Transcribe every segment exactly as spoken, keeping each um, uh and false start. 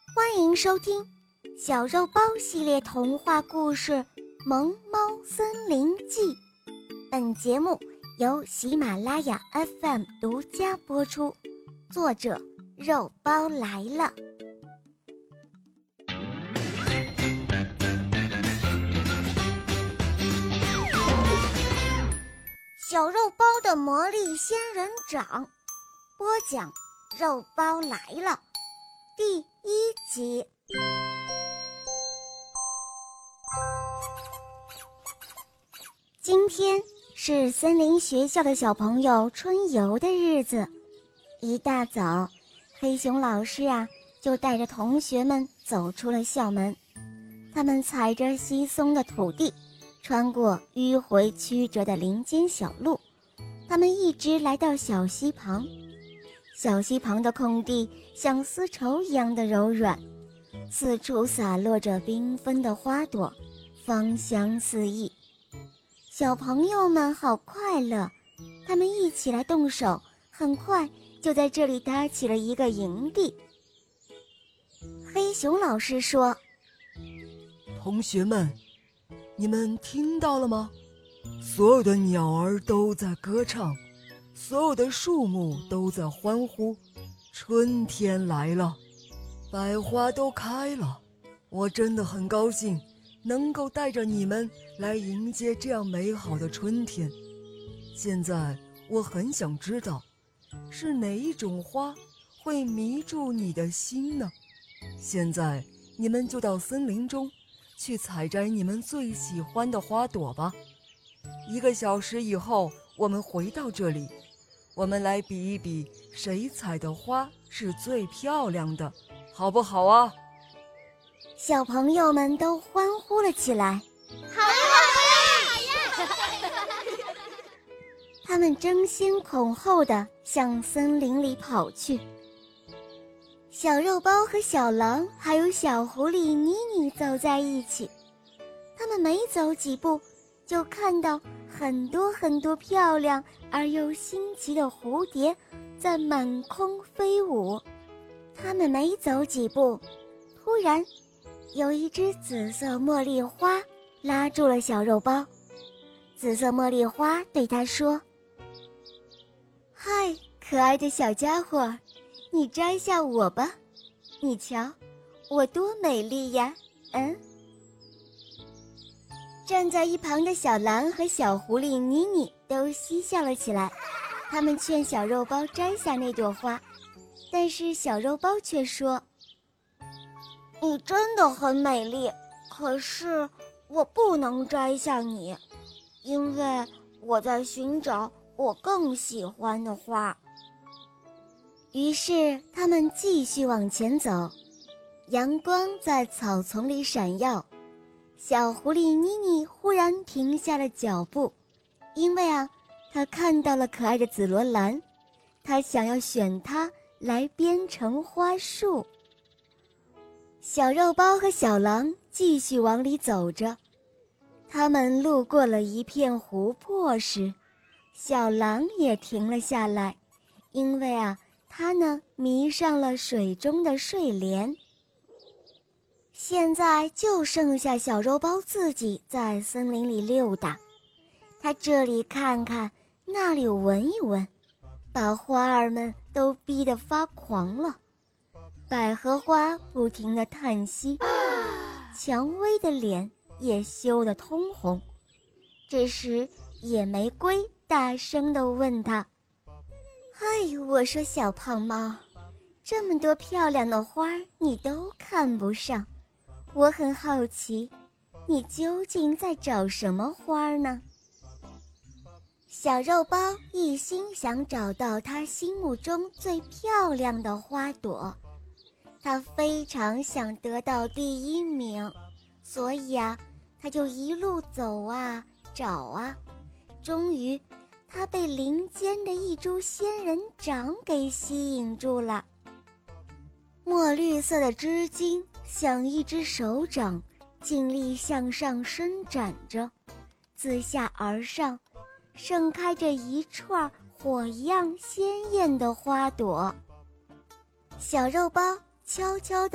欢迎收听小肉包系列童话故事《萌猫森林记》。本节目由喜马拉雅 F M 独家播出，作者肉包来了。小肉包的魔力仙人掌，播讲肉包来了，第一集。今天是森林学校的小朋友春游的日子，一大早，黑熊老师啊就带着同学们走出了校门。他们踩着稀松的土地，穿过迂回曲折的林间小路，他们一直来到小溪旁。小溪旁的空地像丝绸一样的柔软，四处洒落着缤纷的花朵，芳香四溢。小朋友们好快乐，他们一起来动手，很快就在这里搭起了一个营地。黑熊老师说： 同学们，你们听到了吗？所有的鸟儿都在歌唱，所有的树木都在欢呼，春天来了，百花都开了。我真的很高兴能够带着你们来迎接这样美好的春天。现在我很想知道，是哪一种花会迷住你的心呢？现在你们就到森林中去采摘你们最喜欢的花朵吧。一个小时以后我们回到这里，我们来比一比谁采的花是最漂亮的，好不好啊？ 小朋友们都欢呼了起来。 好呀好呀他们争先恐后地向森林里跑去。小肉包和小狼还有小狐狸妮妮走在一起，他们没走几步就看到很多很多漂亮而又新奇的蝴蝶在满空飞舞。他们没走几步，突然有一只紫色茉莉花拉住了小肉包。紫色茉莉花对他说：嗨，可爱的小家伙，你摘下我吧，你瞧我多美丽呀。嗯。站在一旁的小狼和小狐狸妮妮都嬉笑了起来，他们劝小肉包摘下那朵花，但是小肉包却说：你真的很美丽，可是我不能摘下你，因为我在寻找我更喜欢的花。于是他们继续往前走，阳光在草丛里闪耀。小狐狸妮妮忽然停下了脚步，因为啊，她看到了可爱的紫罗兰，她想要选它来编成花束。小肉包和小狼继续往里走着，他们路过了一片湖泊时，小狼也停了下来，因为啊，它呢迷上了水中的睡莲。现在就剩下小肉包自己在森林里溜达，他这里看看，那里闻一闻，把花儿们都逼得发狂了。百合花不停地叹息，蔷薇的脸也羞得通红。这时野玫瑰大声地问他：嗨，我说小胖猫，这么多漂亮的花你都看不上，我很好奇，你究竟在找什么花呢？小肉包一心想找到他心目中最漂亮的花朵，他非常想得到第一名，所以啊，他就一路走啊找啊，终于他被林间的一株仙人掌给吸引住了。墨绿色的枝茎像一只手掌，尽力向上伸展着，自下而上盛开着一串火一样鲜艳的花朵。小肉包悄悄地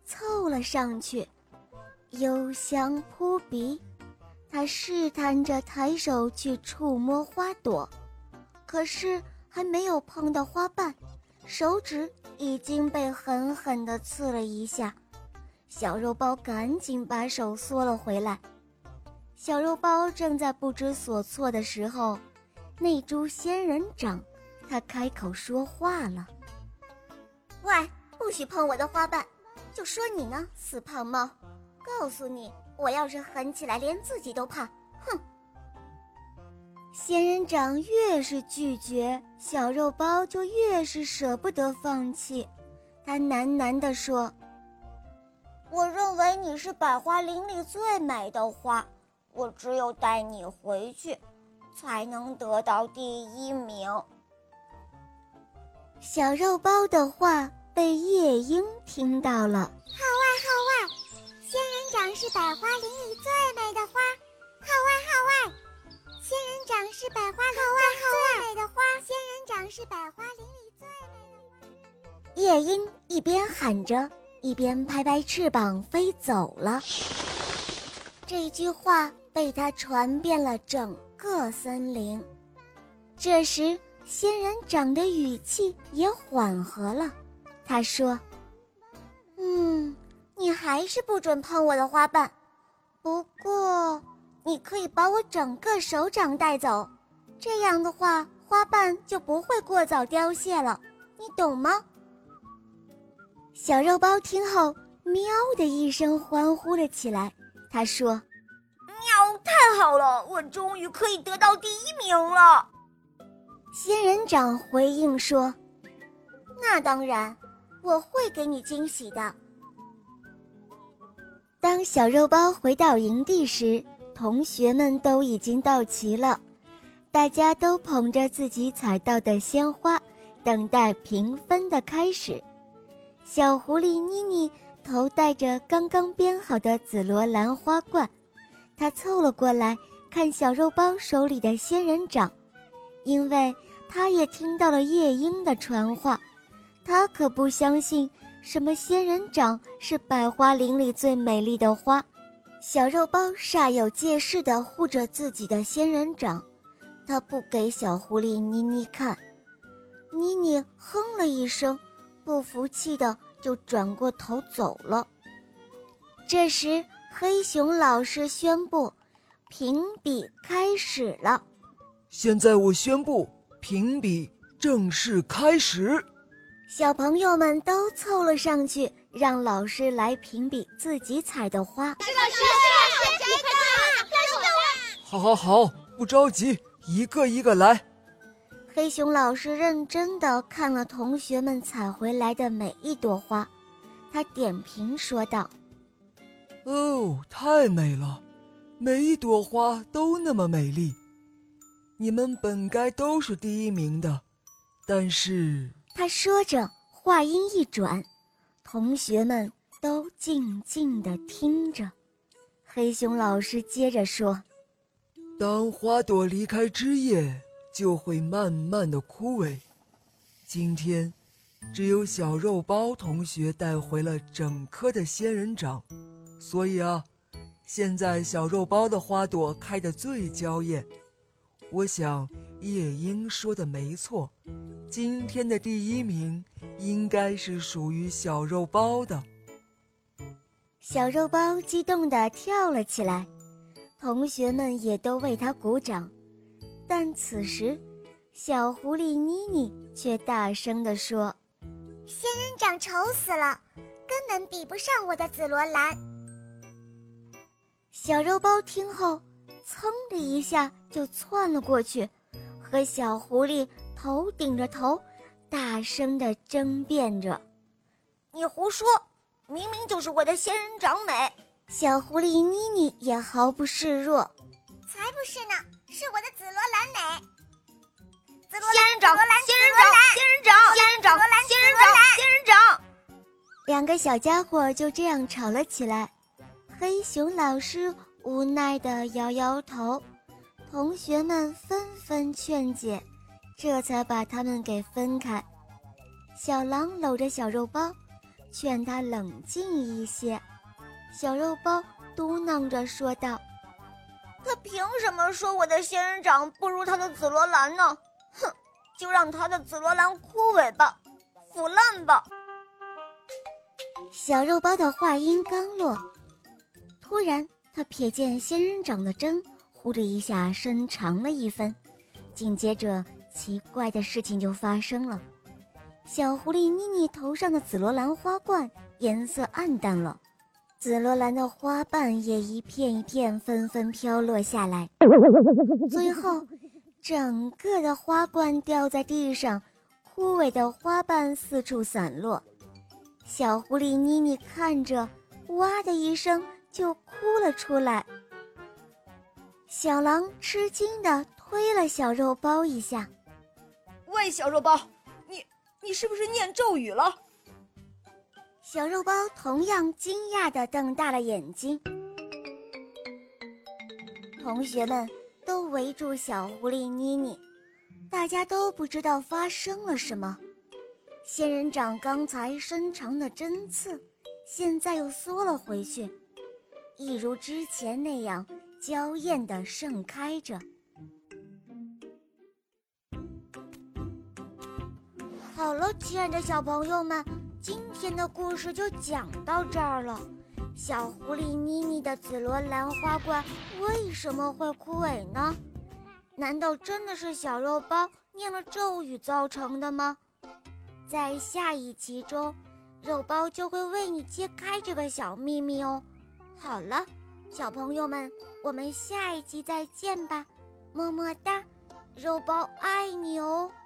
凑了上去，幽香扑鼻。他试探着抬手去触摸花朵，可是还没有碰到花瓣，手指已经被狠狠地刺了一下。小肉包赶紧把手缩了回来。小肉包正在不知所措的时候，那株仙人掌他开口说话了：喂，不许碰我的花瓣，就说你呢，死胖猫，告诉你，我要是狠起来连自己都怕，哼！仙人掌越是拒绝，小肉包就越是舍不得放弃。他喃喃地说：我认为你是百花林里最美的花，我只有带你回去，才能得到第一名。小肉包的话被夜莺听到了。 好哇好哇，仙人掌是百花林里最美的花，好哇好哇，仙人掌是百花林里最美的花，仙人掌是百花林里最美的花。 夜莺一边喊着，一边拍拍翅膀飞走了。这句话被他传遍了整个森林。这时仙人掌的语气也缓和了，他说：嗯，你还是不准碰我的花瓣，不过你可以把我整个手掌带走，这样的话花瓣就不会过早凋谢了，你懂吗？小肉包听后喵的一声欢呼了起来，他说：喵，太好了，我终于可以得到第一名了。仙人掌回应说：那当然，我会给你惊喜的。当小肉包回到营地时，同学们都已经到齐了，大家都捧着自己采到的鲜花，等待评分的开始。小狐狸妮妮头戴着刚刚编好的紫罗兰花冠，她凑了过来看小肉包手里的仙人掌，因为她也听到了夜莺的传话，她可不相信什么仙人掌是百花林里最美丽的花。小肉包煞有介事地护着自己的仙人掌，他不给小狐狸妮妮看。妮妮哼了一声，不服气的就转过头走了。这时黑熊老师宣布评比开始了。 现在我宣布评比正式开始。 小朋友们都凑了上去，让老师来评比自己采的花。 这个是谁的？这是我。 好好好，不着急，一个一个来。 黑熊老师认真地看了同学们采回来的每一朵花，他点评说道： 哦，太美了，每一朵花都那么美丽，你们本该都是第一名的，但是…… 他说着，话音一转，同学们都静静地听着。黑熊老师接着说： 当花朵离开枝叶，就会慢慢的枯萎。今天只有小肉包同学带回了整颗的仙人掌，所以啊，现在小肉包的花朵开得最娇艳。我想夜莺说的没错，今天的第一名应该是属于小肉包的。 小肉包激动地跳了起来，同学们也都为他鼓掌。但此时小狐狸妮妮却大声地说： 仙人掌丑死了，根本比不上我的紫罗兰。 小肉包听后噌的一下就窜了过去，和小狐狸头顶着头大声地争辩着：你胡说，明明就是我的仙人掌美。小狐狸妮妮也毫不示弱： 才不是呢，是我的紫罗兰美。紫罗兰， 仙人掌，仙人掌，仙人掌，仙人掌，仙人掌，仙人掌。两个小家伙就这样吵了起来。黑熊老师无奈地摇摇头，同学们纷纷劝解，这才把他们给分开。小狼搂着小肉包， 劝他冷静一些。小肉包嘟囔着说道： 他凭什么说我的仙人掌不如他的紫罗兰呢？哼，就让他的紫罗兰枯萎吧，腐烂吧。 小肉包的话音刚落，突然他瞥见仙人掌的针呼的一下伸长了一分，紧接着奇怪的事情就发生了。小狐狸妮妮头上的紫罗兰花冠颜色暗淡了，紫罗兰的花瓣也一片一片纷纷飘落下来，最后整个的花冠掉在地上，枯萎的花瓣四处散落。小狐狸妮妮看着，哇的一声就哭了出来。小狼吃惊地推了小肉包一下： 喂，小肉包，你你是不是念咒语了？ 小肉包同样惊讶地瞪大了眼睛。同学们都围住小狐狸妮妮，大家都不知道发生了什么。仙人掌刚才伸长的针刺，现在又缩了回去，一如之前那样娇艳地盛开着。好了，亲爱的小朋友们，今天的故事就讲到这儿了。小狐狸妮妮的紫罗兰花冠为什么会枯萎呢？难道真的是小肉包念了咒语造成的吗？在下一集中，肉包就会为你揭开这个小秘密哦。好了，小朋友们，我们下一集再见吧，么么哒，肉包爱你哦。